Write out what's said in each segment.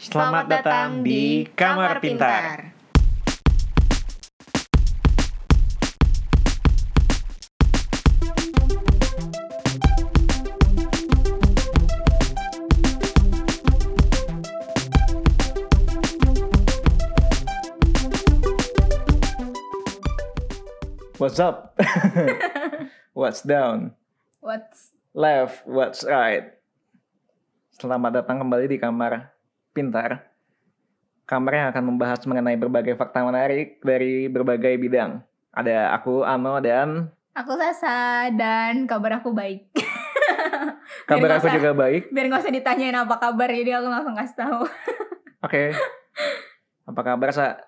Selamat datang di Kamar Pintar. What's up? What's down? What's Left? What's right? Selamat datang kembali di Kamar Pintar. Kamar yang akan membahas mengenai berbagai fakta menarik dari berbagai bidang. Ada aku, Ano, dan aku Sasa dan kabar aku baik. kabar aku juga baik. Biar gak usah ditanyain apa kabar, jadi aku langsung kasih tahu. Oke. Apa kabar, Sa?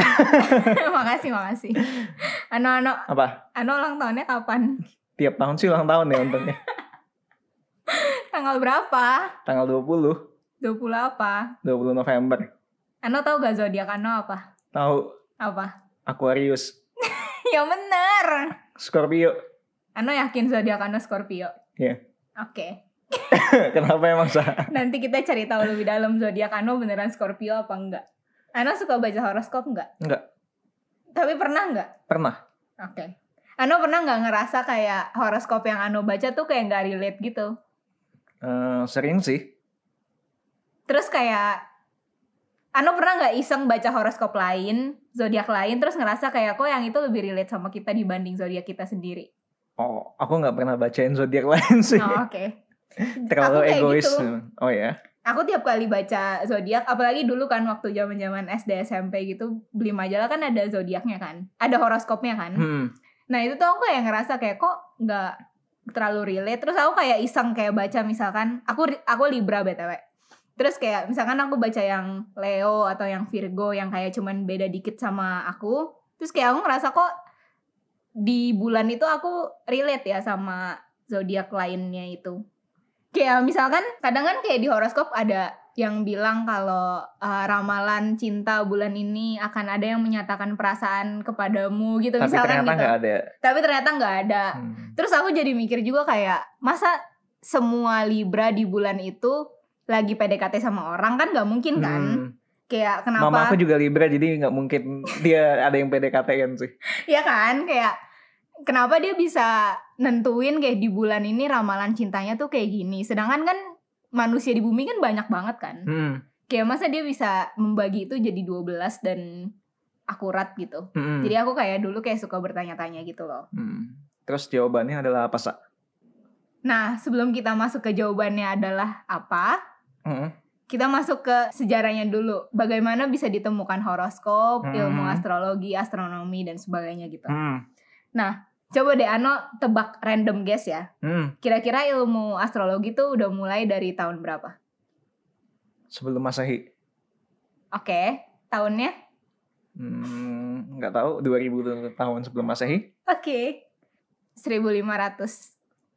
Makasih. Ano. Apa? Ano ulang tahunnya kapan? Tiap tahun sih ulang tahun ya untungnya. Tanggal berapa? Tanggal 20. 20 apa? 20 November. Ano tahu gak zodiak Ano apa? Tahu. Apa? Aquarius. Ya bener. Scorpio. Ano yakin zodiak Ano Scorpio? Iya. Oke. Kenapa emang, Sa? Nanti kita cari tahu lebih dalam zodiak Ano beneran Scorpio apa enggak. Ano suka baca horoskop enggak? Enggak. Tapi pernah enggak? Pernah. Oke. Ano pernah nggak ngerasa kayak horoskop yang Ano baca tuh kayak nggak relate gitu? Sering sih. Terus kayak Ano pernah nggak iseng baca horoskop lain, zodiak lain, terus ngerasa kayak kok yang itu lebih relate sama kita dibanding zodiak kita sendiri? Oh, aku nggak pernah bacain zodiak lain sih. Oh, oke. Terlalu Aku kayak egois. gitu. Oh ya. Aku tiap kali baca zodiak, apalagi dulu kan waktu zaman-zaman SD SMP gitu, beli majalah kan ada zodiaknya kan, ada horoskopnya kan. Nah itu tuh aku kayak ngerasa kayak kok nggak terlalu relate. Terus aku kayak iseng kayak baca misalkan aku Libra BTW. Terus kayak misalkan aku baca yang Leo atau yang Virgo yang kayak cuman beda dikit sama aku. Terus kayak aku ngerasa kok di bulan itu aku relate ya sama zodiak lainnya itu. Kayak misalkan kadang kan kayak di horoskop ada yang bilang kalau ramalan cinta bulan ini akan ada yang menyatakan perasaan kepadamu gitu. Tapi misalkan ternyata gitu. nggak ada. Tapi ternyata nggak ada. Terus aku jadi mikir juga kayak masa semua Libra di bulan itu lagi PDKT sama orang kan nggak mungkin kan? Kayak kenapa? Mama aku juga Libra jadi nggak mungkin dia ada yang PDKT-an sih. Iya kan, kayak kenapa dia bisa nentuin kayak di bulan ini ramalan cintanya tuh kayak gini. Sedangkan kan manusia di bumi kan banyak banget kan. Kayak masa dia bisa membagi itu jadi 12 dan akurat gitu. Jadi aku kayak dulu kayak suka bertanya-tanya gitu loh. Terus jawabannya adalah apa, Sa? Nah sebelum kita masuk ke jawabannya adalah apa, kita masuk ke sejarahnya dulu. Bagaimana bisa ditemukan horoskop, ilmu astrologi, astronomi dan sebagainya gitu. Nah coba deh Ano tebak random guess ya. Kira-kira ilmu astrologi tuh udah mulai dari tahun berapa? Sebelum Masehi. Oke, tahunnya? Nggak tahu, 2000 tahun sebelum Masehi. Oke. 1500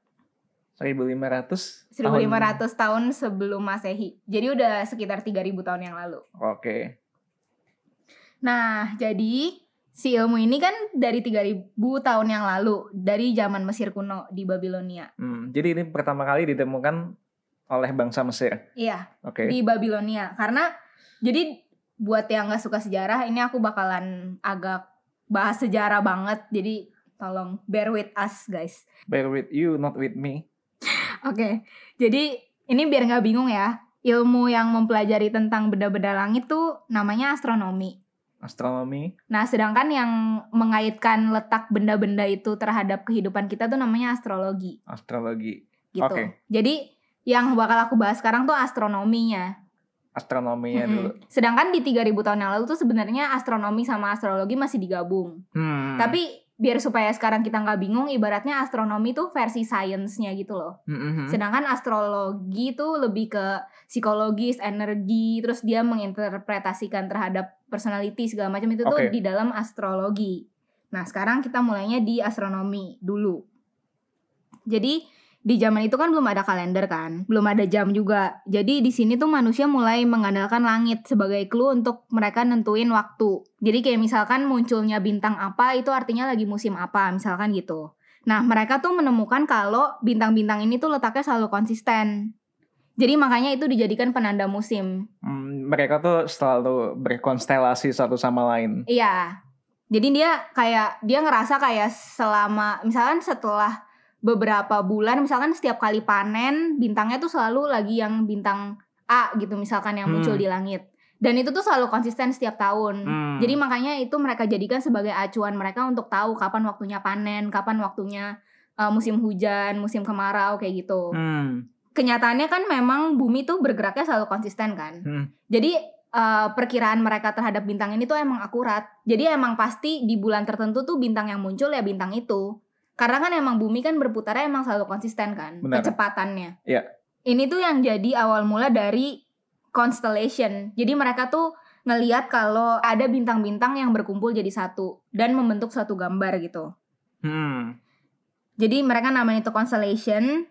tahun sebelum Masehi. Jadi udah sekitar 3000 tahun yang lalu. Oke. Nah, jadi si ilmu ini kan dari 3000 tahun yang lalu, dari zaman Mesir kuno di Babilonia. Jadi ini pertama kali ditemukan oleh bangsa Mesir. Iya. Oke. Di Babilonia. Karena jadi buat yang nggak suka sejarah, ini aku bakalan agak bahas sejarah banget. Jadi tolong bear with us guys. Bear with you, not with me. Oke. Jadi ini biar nggak bingung ya. Ilmu yang mempelajari tentang benda-benda langit tuh namanya astronomi. Astronomi. Nah, sedangkan yang mengaitkan letak benda-benda itu terhadap kehidupan kita tuh namanya astrologi. Astrologi. Gitu. Oke. Jadi yang bakal aku bahas sekarang tuh astronominya. Astronominya dulu. Sedangkan di 3000 tahun yang lalu tuh sebenarnya astronomi sama astrologi masih digabung. Tapi biar supaya sekarang kita nggak bingung, ibaratnya astronomi tuh versi sainsnya gitu loh. Sedangkan astrologi tuh lebih ke psikologis, energi, terus dia menginterpretasikan terhadap personality segala macam itu tuh di dalam astrologi. Nah sekarang kita mulainya di astronomi dulu. Jadi di zaman itu kan belum ada kalender kan, belum ada jam juga. Jadi di sini tuh manusia mulai mengandalkan langit sebagai clue untuk mereka nentuin waktu. Jadi kayak misalkan munculnya bintang apa itu artinya lagi musim apa, misalkan gitu. Nah mereka tuh menemukan kalau bintang-bintang ini tuh letaknya selalu konsisten. Jadi makanya itu dijadikan penanda musim. Mereka tuh selalu berkonstelasi satu sama lain. Iya. Jadi dia ngerasa kayak selama misalkan setelah beberapa bulan, misalkan setiap kali panen bintangnya tuh selalu lagi yang bintang A gitu misalkan yang muncul di langit. Dan itu tuh selalu konsisten setiap tahun. Jadi makanya itu mereka jadikan sebagai acuan mereka untuk tahu kapan waktunya panen, kapan waktunya musim hujan, musim kemarau kayak gitu. Kenyataannya kan memang bumi tuh bergeraknya selalu konsisten kan. Jadi perkiraan mereka terhadap bintang ini tuh emang akurat. Jadi emang pasti di bulan tertentu tuh bintang yang muncul ya bintang itu. Karena kan emang bumi kan berputarnya emang selalu konsisten kan. Benar. Kecepatannya. Iya. Ini tuh yang jadi awal mula dari constellation. Jadi mereka tuh ngelihat kalau ada bintang-bintang yang berkumpul jadi satu dan membentuk suatu gambar gitu. Jadi mereka namanya itu constellation.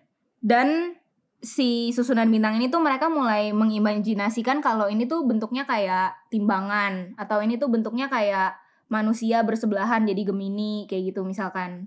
Dan si susunan bintang ini tuh mereka mulai mengimajinasikan kalau ini tuh bentuknya kayak timbangan, atau ini tuh bentuknya kayak manusia bersebelahan jadi Gemini kayak gitu misalkan.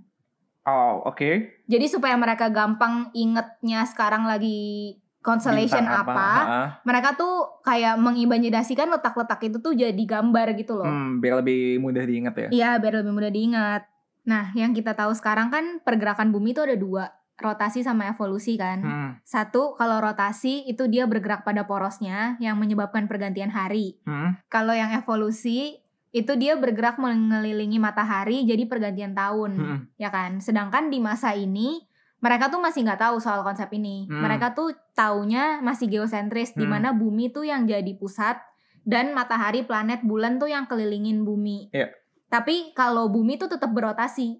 Oh, oke. Jadi supaya mereka gampang ingetnya sekarang lagi constellation apa, mereka tuh kayak mengimajinasikan letak-letak itu tuh jadi gambar gitu loh. Biar lebih mudah diingat ya. Iya, biar lebih mudah diingat. Nah, yang kita tahu sekarang kan pergerakan bumi itu ada 2, rotasi sama evolusi kan. Satu, kalau rotasi itu dia bergerak pada porosnya yang menyebabkan pergantian hari. Kalau yang evolusi itu dia bergerak mengelilingi matahari jadi pergantian tahun, ya kan. Sedangkan di masa ini mereka tuh masih nggak tahu soal konsep ini. Mereka tuh taunya masih geosentris, di mana bumi tuh yang jadi pusat dan matahari, planet, bulan tuh yang kelilingin bumi. Tapi kalau bumi tuh tetap berotasi.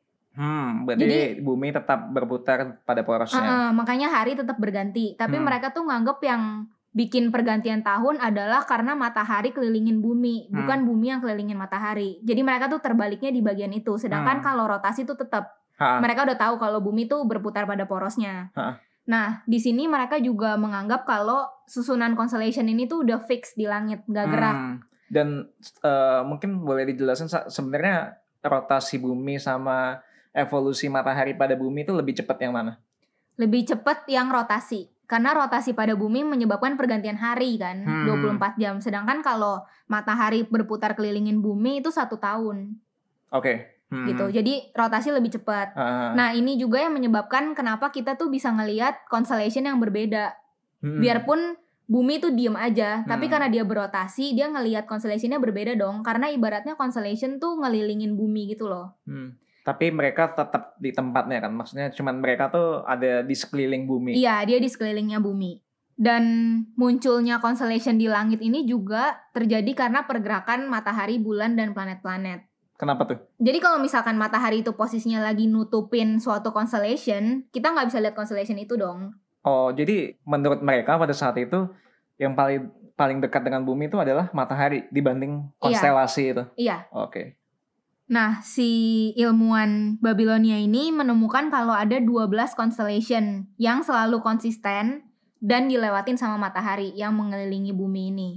Berarti jadi, bumi tetap berputar pada porosnya. Makanya hari tetap berganti. Tapi mereka tuh nganggep yang bikin pergantian tahun adalah karena matahari kelilingin bumi, bukan bumi yang kelilingin matahari. Jadi mereka tuh terbaliknya di bagian itu. Sedangkan kalau rotasi tuh tetap mereka udah tahu kalau bumi tuh berputar pada porosnya. Nah, di sini mereka juga menganggap kalau susunan constellation ini tuh udah fix di langit, nggak gerak. Dan mungkin boleh dijelasin sebenarnya rotasi bumi sama evolusi matahari pada bumi itu lebih cepat yang mana? Lebih cepat yang rotasi. Karena rotasi pada bumi menyebabkan pergantian hari kan, 24 jam. Sedangkan kalau matahari berputar kelilingin bumi itu 1 tahun. Oke. Gitu. Jadi rotasi lebih cepat. Nah, ini juga yang menyebabkan kenapa kita tuh bisa ngelihat constellation yang berbeda. Biarpun bumi tuh diem aja, tapi karena dia berotasi, dia ngelihat constellation-nya berbeda dong. Karena ibaratnya constellation tuh ngelilingin bumi gitu loh. Tapi mereka tetap di tempatnya kan? Maksudnya cuman mereka tuh ada di sekeliling bumi. Iya, dia di sekelilingnya bumi. Dan munculnya constellation di langit ini juga terjadi karena pergerakan matahari, bulan, dan planet-planet. Kenapa tuh? Jadi kalau misalkan matahari itu posisinya lagi nutupin suatu constellation, kita nggak bisa lihat constellation itu dong. Oh, jadi menurut mereka pada saat itu yang paling dekat dengan bumi itu adalah matahari dibanding konstelasi itu? Iya. Oke. Nah, si ilmuwan Babilonia ini menemukan kalau ada 12 constellation yang selalu konsisten dan dilewatin sama matahari yang mengelilingi bumi ini.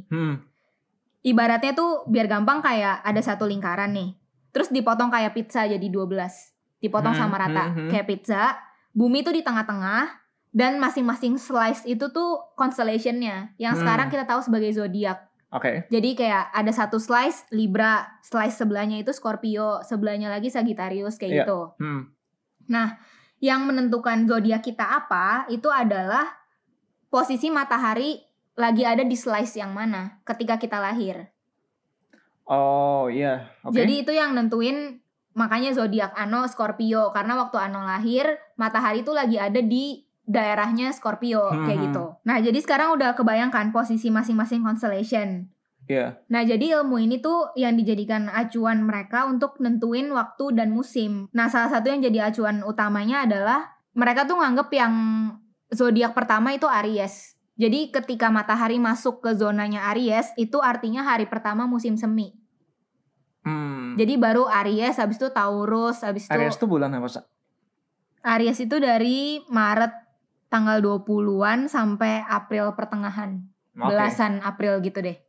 Ibaratnya tuh biar gampang kayak ada satu lingkaran nih. Terus dipotong kayak pizza jadi 12. Dipotong sama rata kayak pizza. Bumi tuh di tengah-tengah dan masing-masing slice itu tuh constellation-nya yang sekarang kita tahu sebagai zodiak. Jadi kayak ada satu slice Libra, slice sebelahnya itu Scorpio, sebelahnya lagi Sagittarius kayak gitu. Nah, yang menentukan zodiak kita apa itu adalah posisi matahari lagi ada di slice yang mana ketika kita lahir. Oh iya. Jadi itu yang nentuin, makanya zodiak Ano Scorpio, karena waktu Ano lahir matahari itu lagi ada di daerahnya Scorpio kayak gitu. Nah, jadi sekarang udah kebayangkan posisi masing-masing constellation. Nah, jadi ilmu ini tuh yang dijadikan acuan mereka untuk nentuin waktu dan musim. Nah, salah satu yang jadi acuan utamanya adalah mereka tuh nganggep yang zodiak pertama itu Aries. Jadi ketika matahari masuk ke zonanya Aries, itu artinya hari pertama musim semi. Jadi baru Aries, habis itu Taurus, habis itu... Aries itu bulan apa, Sa? Aries itu dari Maret tanggal 20-an sampai April pertengahan. Belasan April gitu deh.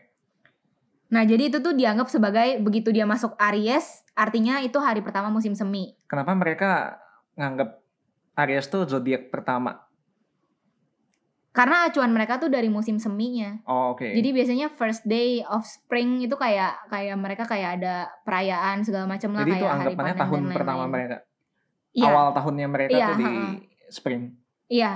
Nah, jadi itu tuh dianggap sebagai begitu dia masuk Aries, artinya itu hari pertama musim semi. Kenapa mereka nganggap Aries tuh zodiak pertama? Karena acuan mereka tuh dari musim seminya. Oh, oke. Jadi biasanya first day of spring itu kayak mereka kayak ada perayaan segala macam lah. Jadi itu kayak hari anggapannya panen tahun dan pertama lain-lain. mereka. Iya. Awal tahunnya mereka Iya, tuh di spring. Iya.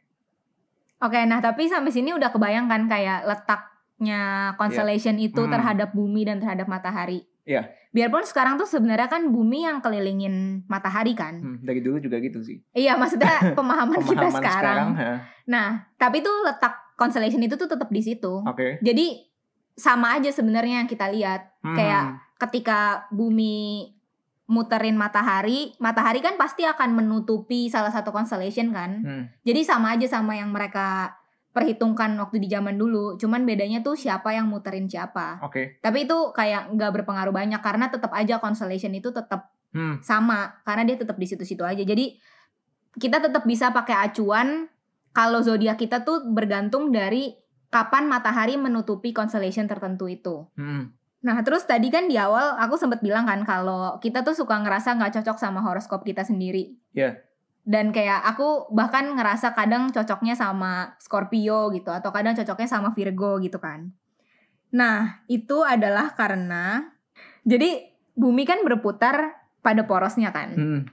Oke, nah tapi sampai sini udah kebayangkan kayak letaknya constellation itu terhadap bumi dan terhadap matahari. Iya. Biarpun sekarang tuh sebenarnya kan bumi yang kelilingin matahari kan. Dari dulu juga gitu sih. Iya, maksudnya pemahaman kita sekarang. Nah, tapi tuh letak constellation itu tuh tetap di situ. Oke. Jadi sama aja sebenarnya yang kita lihat. Kayak ketika bumi muterin matahari kan pasti akan menutupi salah satu constellation kan. Jadi sama aja sama yang mereka perhitungkan waktu di zaman dulu, cuman bedanya tuh siapa yang muterin siapa. Tapi itu kayak nggak berpengaruh banyak karena tetap aja constellation itu tetap sama karena dia tetap di situ-situ aja. Jadi kita tetap bisa pakai acuan kalau zodiak kita tuh bergantung dari kapan matahari menutupi constellation tertentu itu. Nah terus tadi kan di awal aku sempat bilang kan kalau kita tuh suka ngerasa nggak cocok sama horoskop kita sendiri. Iya. Dan kayak aku bahkan ngerasa kadang cocoknya sama Scorpio gitu. Atau kadang cocoknya sama Virgo gitu kan. Nah itu adalah karena jadi bumi kan berputar pada porosnya kan.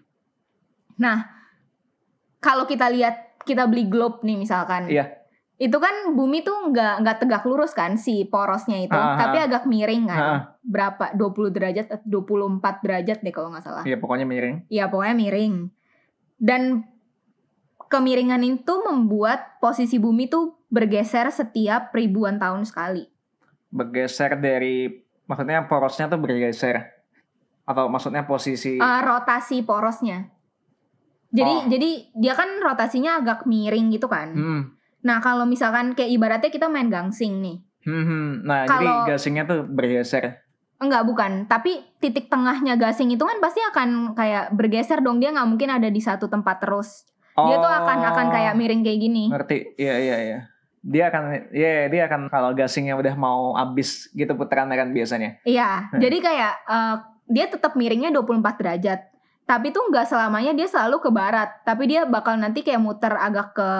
Nah kalau kita lihat, kita beli globe nih misalkan. Iya. Itu kan bumi tuh nggak tegak lurus kan si porosnya itu. Tapi agak miring kan. Berapa? 20 derajat, 24 derajat deh kalau gak salah. Iya pokoknya miring. Iya pokoknya miring. Dan kemiringan itu membuat posisi bumi tuh bergeser setiap ribuan tahun sekali. Bergeser dari, maksudnya porosnya tuh bergeser? Atau maksudnya posisi? Rotasi porosnya. Jadi dia kan rotasinya agak miring gitu kan. Nah kalau misalkan kayak ibaratnya kita main gangsing nih. Nah jadi gasingnya tuh bergeser? Enggak, bukan. Tapi titik tengahnya gasing itu kan pasti akan kayak bergeser dong. Dia gak mungkin ada di satu tempat terus. Dia tuh akan kayak miring kayak gini. Ngerti, iya. Dia akan kalau gasingnya udah mau habis gitu putarannya kan biasanya. Iya, jadi kayak dia tetap miringnya 24 derajat. Tapi tuh gak selamanya dia selalu ke barat. Tapi dia bakal nanti kayak muter agak ke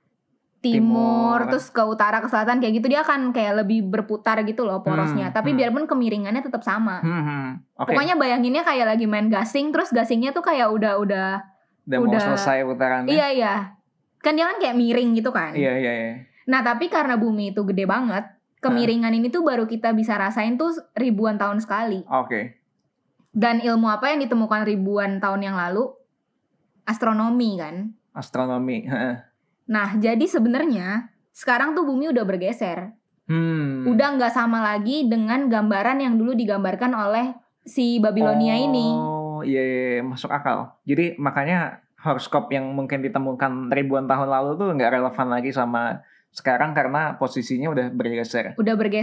timur, terus ke utara, ke selatan kayak gitu. Dia akan kayak lebih berputar gitu loh porosnya. Tapi biarpun kemiringannya tetap sama. Pokoknya bayanginnya kayak lagi main gasing, terus gasingnya tuh kayak udah mau selesai putarannya. Iya. Kan dia kan kayak miring gitu kan. Iya. Nah tapi karena bumi itu gede banget, kemiringan ini tuh baru kita bisa rasain tuh ribuan tahun sekali. Dan ilmu apa yang ditemukan ribuan tahun yang lalu? Astronomi kan. Astronomi. Nah jadi sebenarnya sekarang tuh bumi udah bergeser. Udah gak sama lagi dengan gambaran yang dulu digambarkan oleh si Babilonia ini. Iya, masuk akal. Jadi makanya horoskop yang mungkin ditemukan ribuan tahun lalu tuh gak relevan lagi sama sekarang karena posisinya udah bergeser.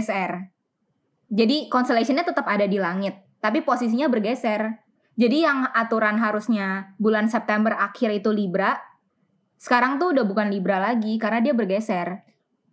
Jadi constellation-nya tetap ada di langit, tapi posisinya bergeser. Jadi yang aturan harusnya bulan September akhir itu Libra, sekarang tuh udah bukan Libra lagi karena dia bergeser.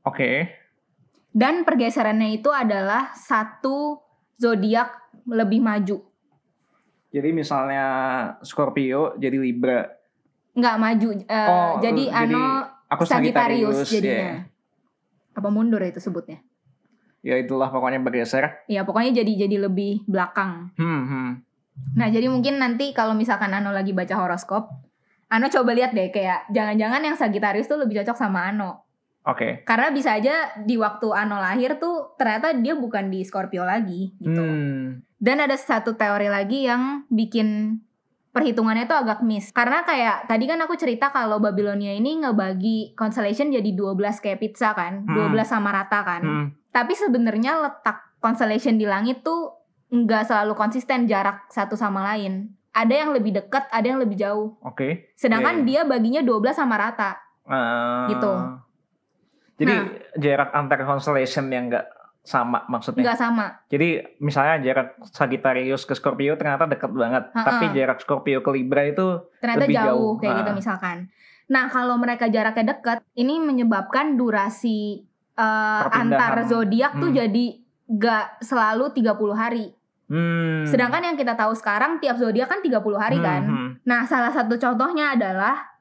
Dan pergeserannya itu adalah satu zodiak lebih maju. Jadi misalnya Scorpio jadi Libra. Nggak maju. Jadi aku Sagittarius jadinya. Apa mundur itu sebutnya? Ya itulah pokoknya bergeser. Ya pokoknya jadi lebih belakang. Nah jadi mungkin nanti kalau misalkan Ano lagi baca horoskop, Ano coba lihat deh kayak jangan-jangan yang Sagittarius tuh lebih cocok sama Ano. Karena bisa aja di waktu Ano lahir tuh ternyata dia bukan di Scorpio lagi gitu. Dan ada satu teori lagi yang bikin perhitungannya tuh agak miss. Karena kayak tadi kan aku cerita kalau Babilonia ini ngebagi constellation jadi 12 kayak pizza kan. 12 sama rata kan. Tapi sebenarnya letak constellation di langit tuh nggak selalu konsisten jarak satu sama lain. Ada yang lebih dekat, ada yang lebih jauh. Sedangkan dia baginya 12 sama rata. Gitu. Jadi jarak antar constellation yang nggak sama maksudnya? Nggak sama. Jadi misalnya jarak Sagittarius ke Scorpio ternyata dekat banget. Tapi jarak Scorpio ke Libra itu ternyata lebih jauh. Kayak gitu misalkan. Nah kalau mereka jaraknya dekat, ini menyebabkan durasi antar zodiak tuh jadi nggak selalu 30 hari. Sedangkan yang kita tahu sekarang tiap zodiak kan 30 hari kan. Nah salah satu contohnya adalah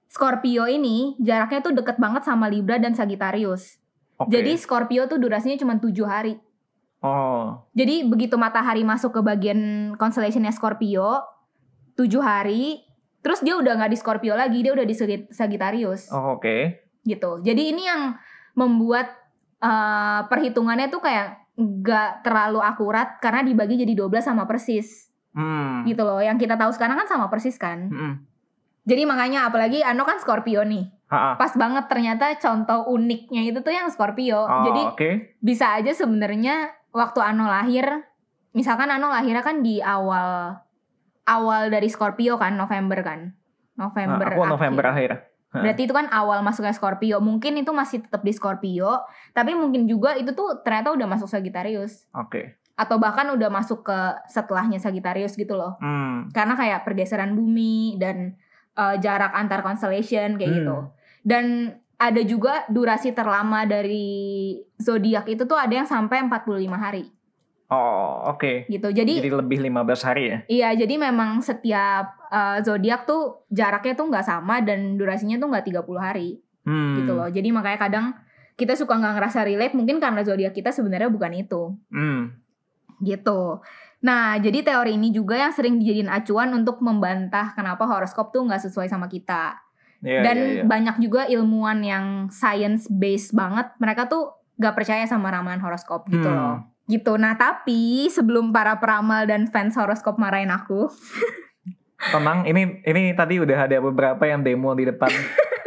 Scorpio ini jaraknya tuh deket banget sama Libra dan Sagittarius. Jadi Scorpio tuh durasinya cuma 7 hari. Jadi begitu matahari masuk ke bagian constellationnya Scorpio 7 hari, terus dia udah gak di Scorpio lagi, dia udah di Sagittarius. Gitu. Jadi ini yang membuat perhitungannya tuh kayak gak terlalu akurat karena dibagi jadi 12 sama persis. Gitu loh. Yang kita tahu sekarang kan sama persis kan. Jadi makanya apalagi Ano kan Scorpio nih. Pas banget ternyata contoh uniknya itu tuh yang Scorpio. Jadi bisa aja sebenarnya waktu Ano lahir, misalkan Ano lahirnya kan di awal dari Scorpio kan, November kan. Aku November akhir. Berarti itu kan awal masuknya Scorpio. Mungkin itu masih tetap di Scorpio, tapi mungkin juga itu tuh ternyata udah masuk Sagittarius. Atau bahkan udah masuk ke setelahnya Sagittarius gitu loh. Karena kayak pergeseran bumi dan jarak antar constellation kayak gitu. Dan ada juga durasi terlama dari zodiak itu tuh ada yang sampai 45 hari. Gitu. Jadi lebih 15 hari ya? Iya, jadi memang setiap zodiak tuh jaraknya tuh nggak sama dan durasinya tuh nggak 30 hari. Gitu loh. Jadi makanya kadang kita suka nggak ngerasa relate mungkin karena zodiak kita sebenarnya bukan itu. Gitu. Nah, jadi teori ini juga yang sering dijadiin acuan untuk membantah kenapa horoskop tuh nggak sesuai sama kita. Dan banyak juga ilmuwan yang science based banget, mereka tuh nggak percaya sama ramalan horoskop gitu loh. Gitu. Nah, tapi sebelum para peramal dan fans horoskop marahin aku, tenang, ini tadi udah ada beberapa yang demo di depan.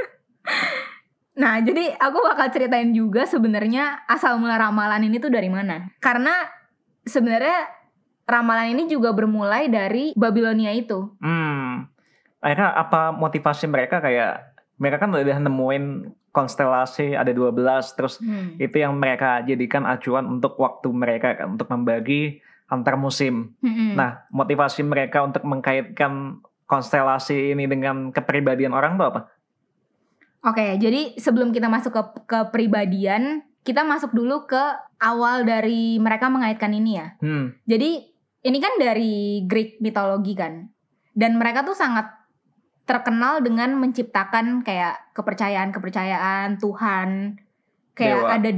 Nah, jadi aku bakal ceritain juga sebenarnya asal mula ramalan ini tuh dari mana. Karena sebenarnya ramalan ini juga bermulai dari Babilonia itu. Akhirnya apa motivasi mereka, kayak mereka kan udah nemuin konstelasi ada 12, terus itu yang mereka jadikan acuan untuk waktu mereka kan, untuk membagi antar musim. Nah, motivasi mereka untuk mengkaitkan konstelasi ini dengan kepribadian orang tuh apa? Jadi sebelum kita masuk ke kepribadian, kita masuk dulu ke awal dari mereka mengaitkan ini ya. Jadi ini kan dari Greek mitologi kan. Dan mereka tuh sangat terkenal dengan menciptakan kayak kepercayaan Tuhan. Kayak ada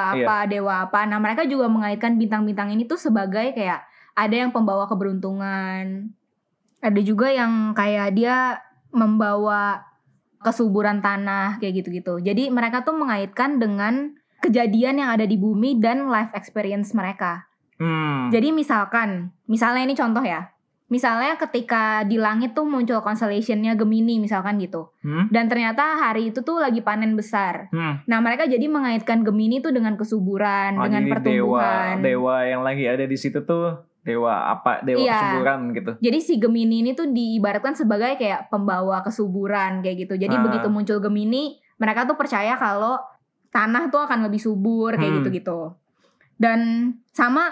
dewa apa. Nah, mereka juga mengaitkan bintang-bintang ini tuh sebagai kayak ada yang pembawa keberuntungan. Ada juga yang kayak dia membawa kesuburan tanah kayak gitu-gitu. Jadi mereka tuh mengaitkan dengan kejadian yang ada di bumi dan life experience mereka. Jadi misalnya ini contoh ya. Misalnya ketika di langit tuh muncul constellation-nya Gemini misalkan gitu. Dan ternyata hari itu tuh lagi panen besar. Nah, mereka jadi mengaitkan Gemini tuh dengan kesuburan, dengan pertumbuhan. Dewa yang lagi ada di situ tuh dewa kesuburan gitu. Jadi si Gemini ini tuh diibaratkan sebagai kayak pembawa kesuburan kayak gitu. Jadi begitu muncul Gemini, mereka tuh percaya kalau tanah tuh akan lebih subur kayak gitu-gitu. Dan sama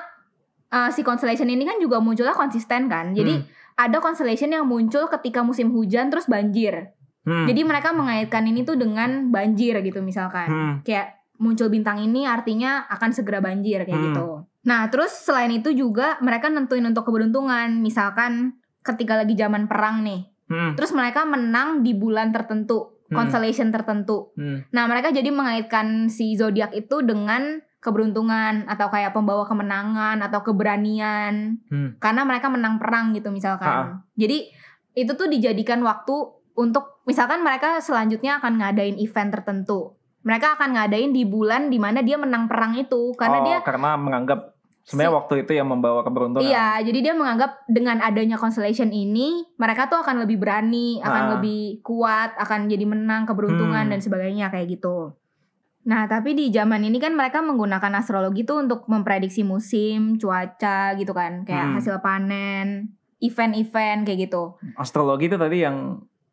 si constellation ini kan juga munculnya konsisten kan. Jadi ada constellation yang muncul ketika musim hujan terus banjir. Jadi mereka mengaitkan ini tuh dengan banjir gitu misalkan. Kayak muncul bintang ini artinya akan segera banjir kayak gitu. Nah, terus selain itu juga mereka nentuin untuk keberuntungan. Misalkan ketika lagi zaman perang nih. Terus mereka menang di bulan tertentu, constellation tertentu. Nah, mereka jadi mengaitkan si zodiak itu dengan keberuntungan atau kayak pembawa kemenangan atau keberanian. Karena mereka menang perang gitu misalkan. Jadi itu tuh dijadikan waktu untuk misalkan mereka selanjutnya akan ngadain event tertentu. Mereka akan ngadain di bulan dimana dia menang perang itu. Karena karena menganggap sebenarnya waktu itu yang membawa keberuntungan. Iya, jadi dia menganggap dengan adanya constellation ini mereka tuh akan lebih berani, akan lebih kuat, akan jadi menang keberuntungan dan sebagainya kayak gitu. Nah, tapi di zaman ini kan mereka menggunakan astrologi tuh untuk memprediksi musim, cuaca gitu kan. Kayak hasil panen, event-event kayak gitu. Astrologi itu tadi yang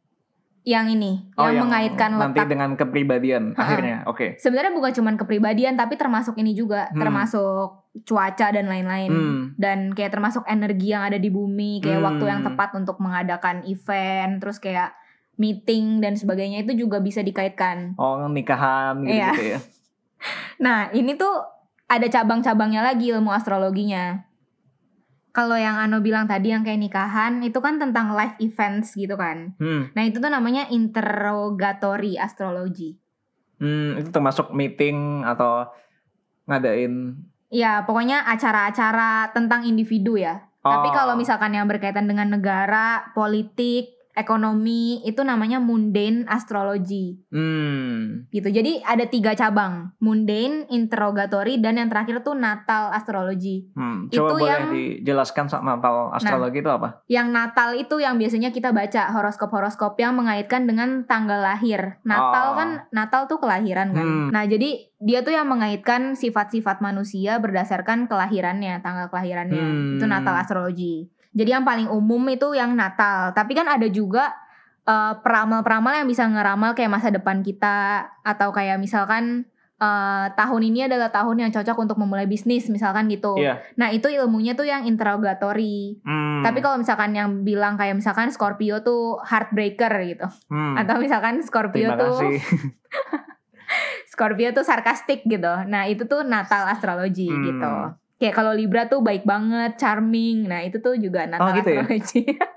ini, yang mengaitkan nanti letak dengan kepribadian akhirnya. Sebenarnya bukan cuma kepribadian, tapi termasuk ini juga, termasuk cuaca dan lain-lain. Dan kayak termasuk energi yang ada di bumi, kayak waktu yang tepat untuk mengadakan event, terus kayak meeting dan sebagainya itu juga bisa dikaitkan. Nikahan gitu ya. Nah, ini tuh ada cabang-cabangnya lagi ilmu astrologinya. Kalau yang Ano bilang tadi yang kayak nikahan itu kan tentang life events gitu kan. Nah itu tuh namanya interrogatory astrology. Itu termasuk meeting atau ngadain? Ya pokoknya acara-acara tentang individu ya. Tapi kalau misalkan yang berkaitan dengan negara, politik, ekonomi, itu namanya mundane astrology. Gitu. Jadi ada 3 cabang, mundane, interrogatory, dan yang terakhir tuh natal astrology. Coba itu boleh yang dijelaskan natal astrologi itu apa? Yang natal itu yang biasanya kita baca horoskop yang mengaitkan dengan tanggal lahir. Natal kan, natal tuh kelahiran kan. Nah jadi dia tuh yang mengaitkan sifat-sifat manusia berdasarkan kelahirannya, tanggal kelahirannya. Itu natal astrologi. Jadi yang paling umum itu yang natal. Tapi kan ada juga peramal-peramal yang bisa ngeramal kayak masa depan kita. Atau kayak misalkan tahun ini adalah tahun yang cocok untuk memulai bisnis misalkan gitu. Nah itu ilmunya tuh yang interrogatory. Tapi kalau misalkan yang bilang kayak misalkan Scorpio tuh heartbreaker gitu. Atau misalkan Scorpio Scorpio tuh sarkastik gitu. Nah itu tuh natal astrologi gitu. Kayak kalau Libra tuh baik banget, charming. Nah itu tuh juga natal astrologi. Ya?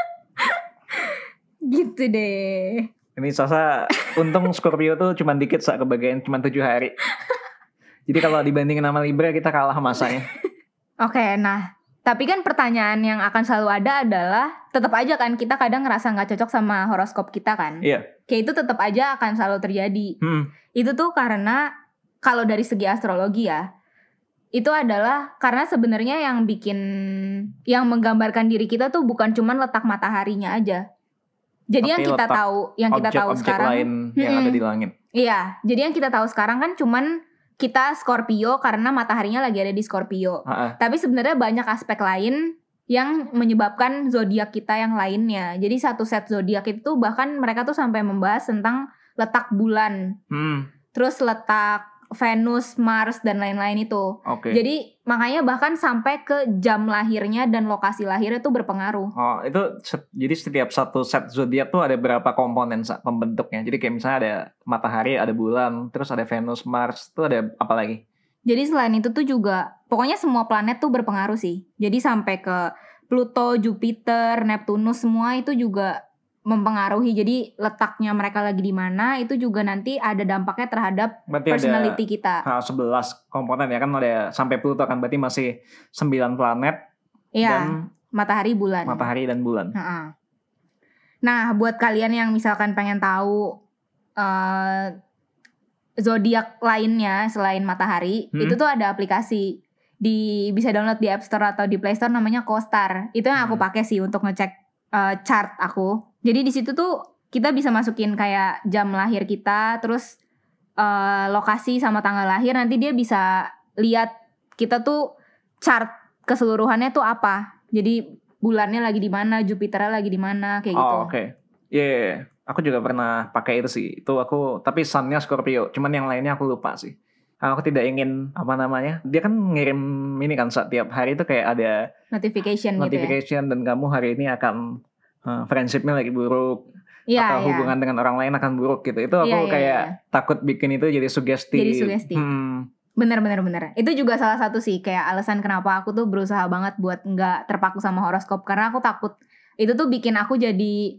Gitu deh. Ini Sasa, untung Scorpio tuh cuma dikit kebagian, cuma 7 hari. Jadi kalau dibandingin sama Libra kita kalah masanya. Oke, nah tapi kan pertanyaan yang akan selalu ada adalah tetap aja kan kita kadang ngerasa gak cocok sama horoskop kita kan. Kayak itu tetap aja akan selalu terjadi. Itu tuh karena kalau dari segi astrologi ya, itu adalah karena sebenarnya yang menggambarkan diri kita tuh bukan cuman letak mataharinya aja. Jadi yang kita tahu sekarang lain yang ada di langit. Iya, jadi yang kita tahu sekarang kan cuman kita Scorpio karena mataharinya lagi ada di Scorpio. Tapi sebenarnya banyak aspek lain yang menyebabkan zodiak kita yang lainnya. Jadi satu set zodiak itu bahkan mereka tuh sampai membahas tentang letak bulan. Terus letak Venus, Mars, dan lain-lain itu. Jadi makanya bahkan sampai ke jam lahirnya dan lokasi lahirnya tuh berpengaruh. Itu jadi setiap satu set zodiak tuh ada berapa komponen pembentuknya. Jadi kayak misalnya ada matahari, ada bulan, terus ada Venus, Mars, tuh ada apa lagi? Jadi selain itu tuh juga pokoknya semua planet tuh berpengaruh sih. Jadi sampai ke Pluto, Jupiter, Neptunus semua itu juga mempengaruhi. Jadi letaknya mereka lagi di mana itu juga nanti ada dampaknya terhadap berarti personality kita. 11 komponen ya kan, ada sampai Pluto kan, berarti masih 9 planet. Iya, matahari, bulan. Matahari dan bulan. Nah, buat kalian yang misalkan pengen tahu zodiak lainnya selain matahari, itu tuh ada aplikasi bisa download di App Store atau di Play Store namanya CoStar. Itu yang aku pakai sih untuk ngecek chart aku. Jadi di situ tuh kita bisa masukin kayak jam lahir kita, terus lokasi sama tanggal lahir. Nanti dia bisa lihat kita tuh chart keseluruhannya tuh apa. Jadi bulannya lagi di mana, Jupiternya lagi di mana, kayak gitu. Iya. Aku juga pernah pakai itu sih. Itu aku, tapi sunnya Scorpio. Cuman yang lainnya aku lupa sih. Aku tidak ingin dia kan ngirim ini kan setiap hari itu kayak ada notification gitu ya. Dan kamu hari ini akan friendshipnya lagi buruk, atau hubungan dengan orang lain akan buruk gitu. Itu aku takut bikin itu jadi sugesti. Bener. Itu juga salah satu sih kayak alasan kenapa aku tuh berusaha banget buat nggak terpaku sama horoskop, karena aku takut itu tuh bikin aku jadi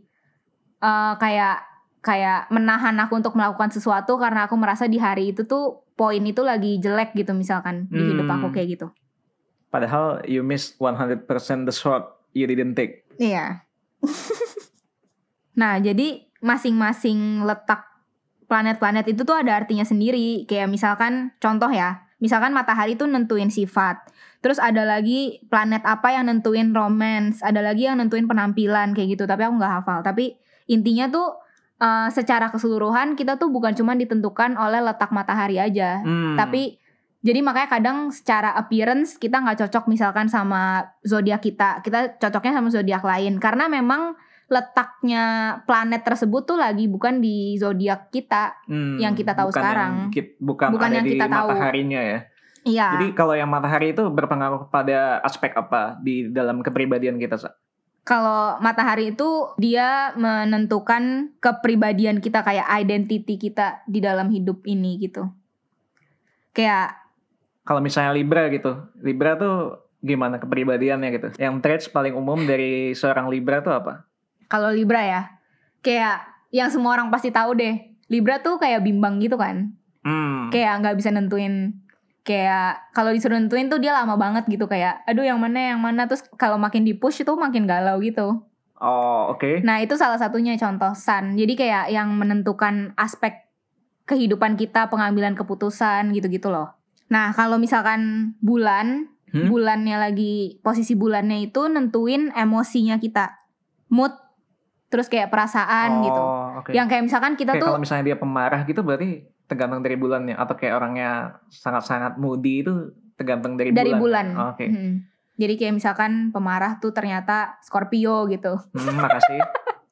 kayak menahan aku untuk melakukan sesuatu karena aku merasa di hari itu tuh poin itu lagi jelek gitu misalkan di hidup aku kayak gitu. Padahal you missed 100% the shot you didn't take. Iya. Nah, jadi masing-masing letak planet-planet itu tuh ada artinya sendiri. Kayak misalkan contoh ya, misalkan matahari tuh nentuin sifat. Terus ada lagi planet apa yang nentuin romance, ada lagi yang nentuin penampilan kayak gitu. Tapi aku nggak hafal. Tapi intinya tuh secara keseluruhan kita tuh bukan cuma ditentukan oleh letak matahari aja. Tapi jadi makanya kadang secara appearance kita nggak cocok misalkan sama zodiak kita cocoknya sama zodiak lain karena memang letaknya planet tersebut tuh lagi bukan di zodiak kita yang kita tahu sekarang. Bukan yang kita tahu mataharinya ya. Iya. Jadi kalau yang matahari itu berpengaruh pada aspek apa di dalam kepribadian kita, Sa? Kalau matahari itu dia menentukan kepribadian kita, kayak identity kita di dalam hidup ini gitu. Kayak kalau misalnya Libra gitu, Libra tuh gimana kepribadiannya gitu. Yang traits paling umum dari seorang Libra tuh apa? Kalau Libra ya, kayak yang semua orang pasti tahu deh. Libra tuh kayak bimbang gitu kan. Kayak nggak bisa nentuin. Kayak kalau disuruh nentuin tuh dia lama banget gitu, kayak aduh yang mana. Terus kalau makin di push itu makin galau gitu. Oh, oke. Nah itu salah satunya contoh Sun. Jadi kayak yang menentukan aspek kehidupan kita, pengambilan keputusan gitu-gitu loh. Nah kalau misalkan bulannya lagi, posisi bulannya itu nentuin emosinya kita, mood, terus kayak perasaan gitu. Okay. Yang kayak misalkan kita kayak tuh, kalau misalnya dia pemarah gitu berarti tergantung dari bulannya, atau kayak orangnya sangat-sangat moody itu tergantung dari bulan. Oh, oke. Jadi kayak misalkan pemarah tuh ternyata Scorpio gitu. Makasih.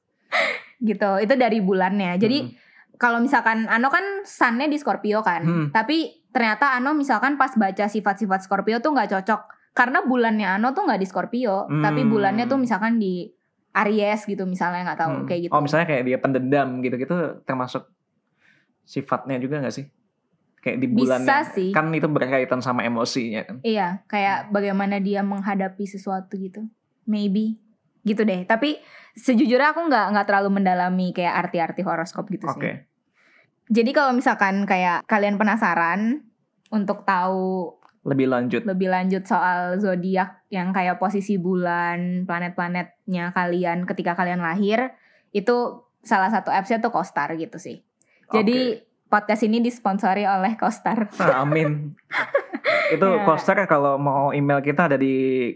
Gitu. Itu dari bulannya. Jadi kalau misalkan Ano kan sunnya di Scorpio kan. Tapi ternyata Ano misalkan pas baca sifat-sifat Scorpio tuh nggak cocok. Karena bulannya Ano tuh nggak di Scorpio. Tapi bulannya tuh misalkan di Aries gitu misalnya, nggak tahu kayak gitu. Oh misalnya kayak dia pendendam gitu-gitu termasuk sifatnya juga nggak sih? Kayak di bulannya. Bisa sih. Kan itu berkaitan sama emosinya kan. Iya, kayak bagaimana dia menghadapi sesuatu gitu. Maybe gitu deh. Tapi sejujurnya aku nggak terlalu mendalami kayak arti-arti horoskop gitu sih. Jadi kalau misalkan kayak kalian penasaran untuk tahu lebih lanjut soal zodiak yang kayak posisi bulan, planet-planetnya kalian ketika kalian lahir, itu salah satu apps-nya tuh CoStar gitu sih. Jadi podcast ini disponsori oleh CoStar. Amin. Itu CoStar kalau mau email kita ada di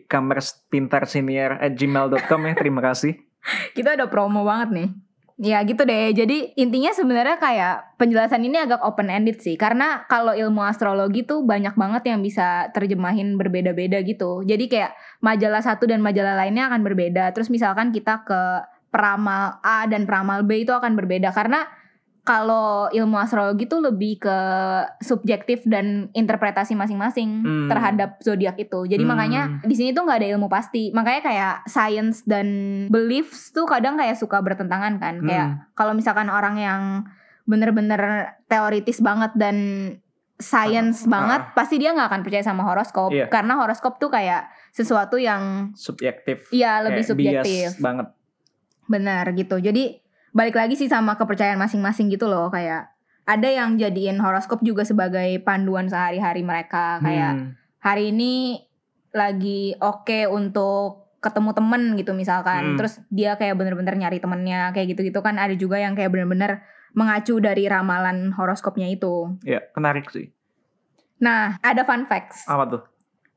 kamerspintarsenior@gmail.com ya. Terima kasih. Kita udah promo banget nih. Ya gitu deh. Jadi intinya sebenarnya kayak penjelasan ini agak open ended sih. Karena kalau ilmu astrologi tuh banyak banget yang bisa terjemahin berbeda-beda gitu. Jadi kayak majalah satu dan majalah lainnya akan berbeda. Terus misalkan kita ke peramal A dan peramal B itu akan berbeda. Karena kalau ilmu astrologi tuh lebih ke subjektif dan interpretasi masing-masing terhadap zodiak itu. Jadi makanya di sini tuh nggak ada ilmu pasti. Makanya kayak science dan beliefs tuh kadang kayak suka bertentangan kan. Kayak kalau misalkan orang yang bener-bener teoritis banget dan science banget, pasti dia nggak akan percaya sama horoskop. Karena horoskop tuh kayak sesuatu yang subjektif. Iya, lebih subjektif. Bias banget. Benar gitu. Jadi balik lagi sih sama kepercayaan masing-masing gitu loh. Kayak ada yang jadiin horoskop juga sebagai panduan sehari-hari mereka. Kayak hari ini lagi oke untuk ketemu temen gitu misalkan. Terus dia kayak bener-bener nyari temennya kayak gitu-gitu kan. Ada juga yang kayak bener-bener mengacu dari ramalan horoskopnya itu. Ya, menarik sih. Nah, ada fun facts. Apa tuh?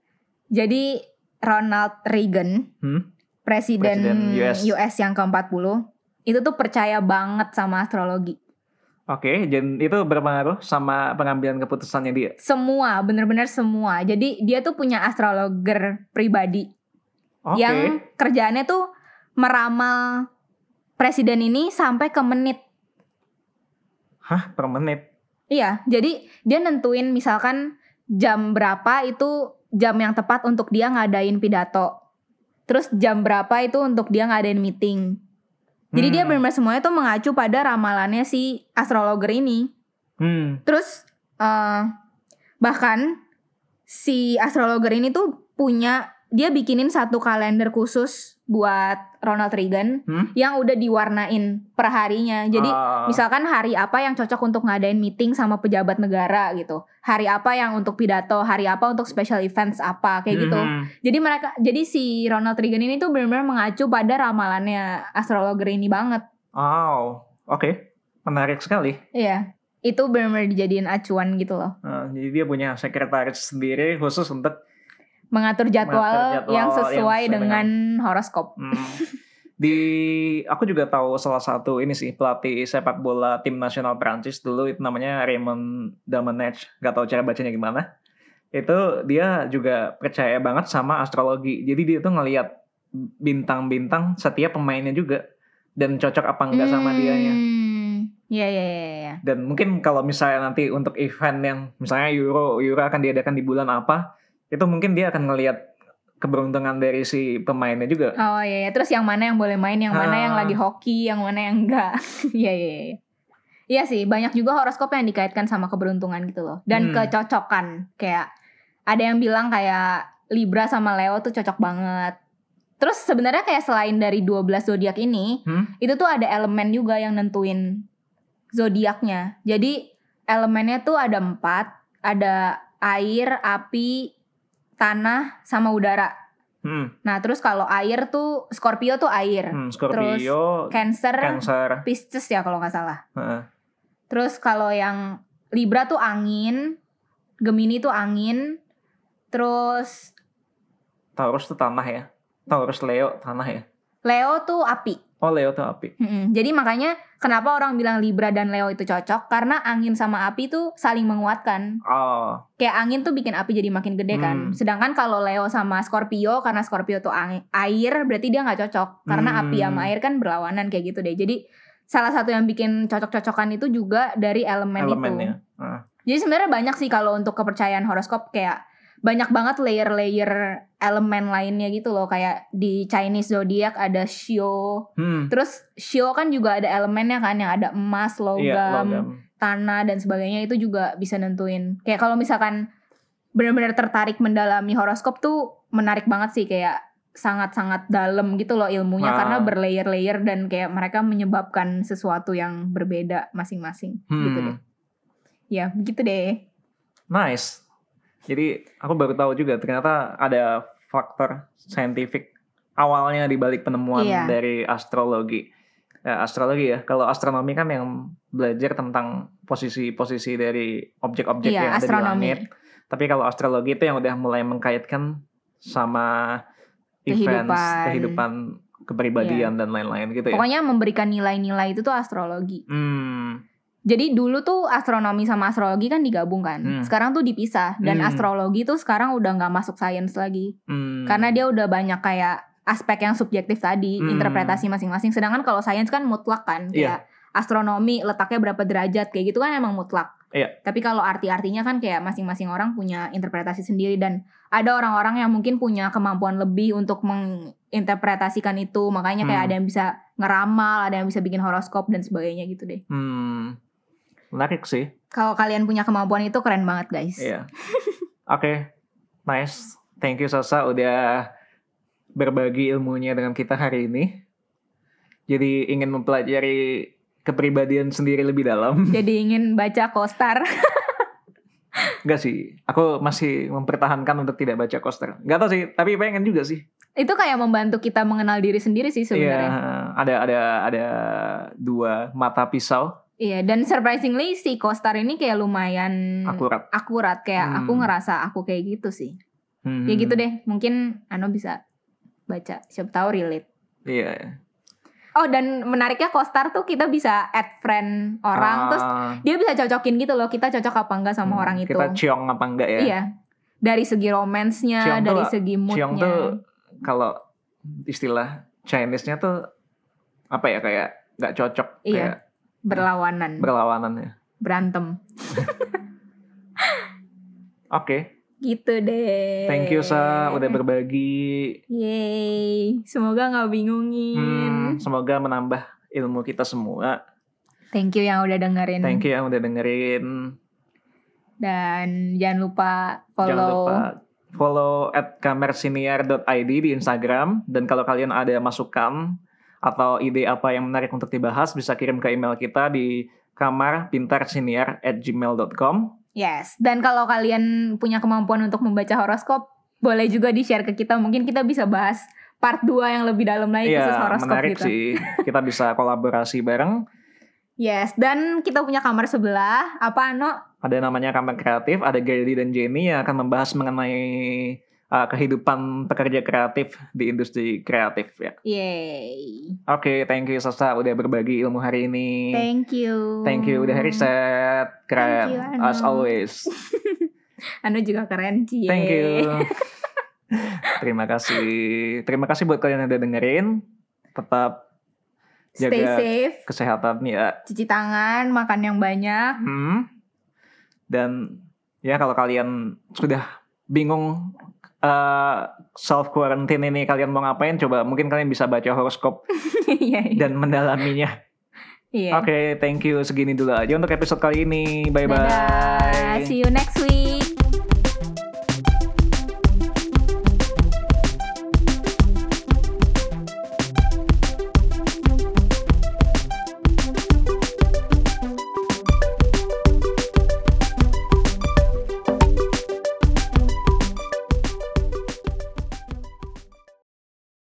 Jadi Ronald Reagan, Presiden US yang ke-40, itu tuh percaya banget sama astrologi. Oke, dan itu berpengaruh sama pengambilan keputusannya dia? Semua, bener-bener semua. Jadi dia tuh punya astrologer pribadi. Yang kerjaannya tuh meramal presiden ini sampai ke menit. Hah? Per menit? Iya, jadi dia nentuin misalkan jam berapa itu jam yang tepat untuk dia ngadain pidato. Terus jam berapa itu untuk dia ngadain meeting. Jadi dia benar-benar semuanya tuh mengacu pada ramalannya si astrologer ini. Terus bahkan si astrologer ini tuh dia bikinin satu kalender khusus buat Ronald Reagan yang udah diwarnain per harinya. Jadi misalkan hari apa yang cocok untuk ngadain meeting sama pejabat negara gitu. Hari apa yang untuk pidato, hari apa untuk special events apa kayak gitu. Jadi si Ronald Reagan ini tuh benar-benar mengacu pada ramalannya astrologer ini banget. Oke. Menarik sekali. Iya. Itu benar-benar dijadiin acuan gitu loh. Jadi dia punya sekretaris sendiri khusus untuk mengatur jadwal yang sesuai dengan horoskop. Aku juga tahu salah satu ini sih pelatih sepak bola tim nasional Prancis dulu, itu namanya Raymond Domenech, gak tahu cara bacanya gimana. Itu dia juga percaya banget sama astrologi. Jadi dia tuh ngelihat bintang-bintang setiap pemainnya juga dan cocok apa enggak sama dianya. Iya. Dan mungkin kalau misalnya nanti untuk event yang misalnya Euro akan diadakan di bulan apa, itu mungkin dia akan ngelihat keberuntungan dari si pemainnya juga. Oh iya, terus yang mana yang boleh main, yang mana yang lagi hoki, yang mana yang enggak. Iya. Iya sih, banyak juga horoskop yang dikaitkan sama keberuntungan gitu loh. Dan kecocokan. Kayak ada yang bilang kayak Libra sama Leo tuh cocok banget. Terus sebenarnya kayak selain dari 12 zodiak ini, itu tuh ada elemen juga yang nentuin zodiaknya. Jadi elemennya tuh ada 4, ada air, api, tanah, sama udara. Nah terus kalau air tuh Scorpio tuh air, Scorpio, terus Cancer, Pisces ya kalau nggak salah. Terus kalau yang Libra tuh angin, Gemini tuh angin, terus Taurus tuh tanah ya. Taurus, Leo tanah ya. Leo tuh api. Oh Leo tuh api. Jadi makanya kenapa orang bilang Libra dan Leo itu cocok, karena angin sama api tuh saling menguatkan. Kayak angin tuh bikin api jadi makin gede kan. Sedangkan kalau Leo sama Scorpio, karena Scorpio tuh air, berarti dia gak cocok. Karena api sama air kan berlawanan kayak gitu deh. Jadi salah satu yang bikin cocok-cocokan itu juga dari elemennya itu. Jadi sebenarnya banyak sih kalau untuk kepercayaan horoskop, kayak banyak banget layer-layer elemen lainnya gitu loh. Kayak di Chinese zodiac ada Shio. Terus Shio kan juga ada elemennya kan, yang ada emas, logam, tanah dan sebagainya. Itu juga bisa nentuin. Kayak kalau misalkan benar-benar tertarik mendalami horoskop tuh menarik banget sih. Kayak sangat-sangat dalam gitu loh ilmunya. Karena berlayer-layer dan kayak mereka menyebabkan sesuatu yang berbeda masing-masing gitu deh. Ya begitu deh. Nice. Jadi aku baru tahu juga ternyata ada faktor saintifik awalnya di balik penemuan dari astrologi. Astrologi ya. Kalau astronomi kan yang belajar tentang posisi-posisi dari objek-objek yang ada di langit. Tapi kalau astrologi itu yang udah mulai mengkaitkan sama kehidupan, kepribadian dan lain-lain gitu ya. Pokoknya memberikan nilai-nilai itu tuh astrologi. Jadi dulu tuh astronomi sama astrologi kan digabung kan. Sekarang tuh dipisah. Dan astrologi tuh sekarang udah gak masuk sains lagi. Karena dia udah banyak kayak aspek yang subjektif tadi. Interpretasi masing-masing. Sedangkan kalau sains kan mutlak kan. Kayak astronomi letaknya berapa derajat. Kayak gitu kan emang mutlak. Tapi kalau arti-artinya kan kayak masing-masing orang punya interpretasi sendiri. Dan ada orang-orang yang mungkin punya kemampuan lebih untuk menginterpretasikan itu. Makanya kayak ada yang bisa ngeramal, ada yang bisa bikin horoskop dan sebagainya gitu deh. Menarik sih. Kalau kalian punya kemampuan itu keren banget guys. Oke. Nice. Thank you Sasa udah berbagi ilmunya dengan kita hari ini. Jadi ingin mempelajari kepribadian sendiri lebih dalam. Jadi ingin baca Kostar. Enggak sih. Aku masih mempertahankan untuk tidak baca Kostar. Enggak tahu sih, tapi pengen juga sih. Itu kayak membantu kita mengenal diri sendiri sih sebenarnya. Ada 2 mata pisau. Iya, dan surprisingly si Kostar ini kayak lumayan akurat. Kayak aku ngerasa aku kayak gitu sih. Ya gitu deh, mungkin Ano bisa baca, siapa tahu relate. Iya. Oh, dan menariknya Kostar tuh kita bisa add friend orang, terus dia bisa cocokin gitu loh, kita cocok apa enggak sama orang itu. Kita ciong apa enggak ya? Iya. Dari segi romansnya, dari segi moodnya. Ciong tuh kalau istilah Chinese-nya tuh apa ya, kayak nggak cocok. Iya. Kayak berlawanan ya. Berantem. Oke. Gitu deh. Thank you Sa udah berbagi. Yeay. Semoga gak bingungin. Semoga menambah ilmu kita semua. Thank you yang udah dengerin. Dan jangan lupa follow @kamersiniar.id di Instagram. Dan kalau kalian ada masukan atau ide apa yang menarik untuk dibahas, bisa kirim ke email kita di kamarpintarsiniar@gmail.com. Yes, dan kalau kalian punya kemampuan untuk membaca horoskop, boleh juga di-share ke kita. Mungkin kita bisa bahas part 2 yang lebih dalam lagi khusus horoskop menarik gitu. Sih. Kita bisa kolaborasi bareng. Yes, dan kita punya kamar sebelah. Apa, Ano? Ada namanya Kamar Kreatif, ada Gerdy dan Jenny yang akan membahas mengenai kehidupan pekerja kreatif di industri kreatif ya. Yay. Oke, thank you Sasa udah berbagi ilmu hari ini. Thank you udah riset. Keren you, as always. Anu juga keren sih. Thank you. Terima kasih buat kalian yang udah dengerin. Tetap stay jaga safe, kesehatan ya. Cuci tangan, makan yang banyak. Dan ya kalau kalian sudah bingung self quarantine ini kalian mau ngapain, coba mungkin kalian bisa baca horoskop dan mendalaminya. Oke, thank you, segini dulu aja untuk episode kali ini. Bye bye. See you next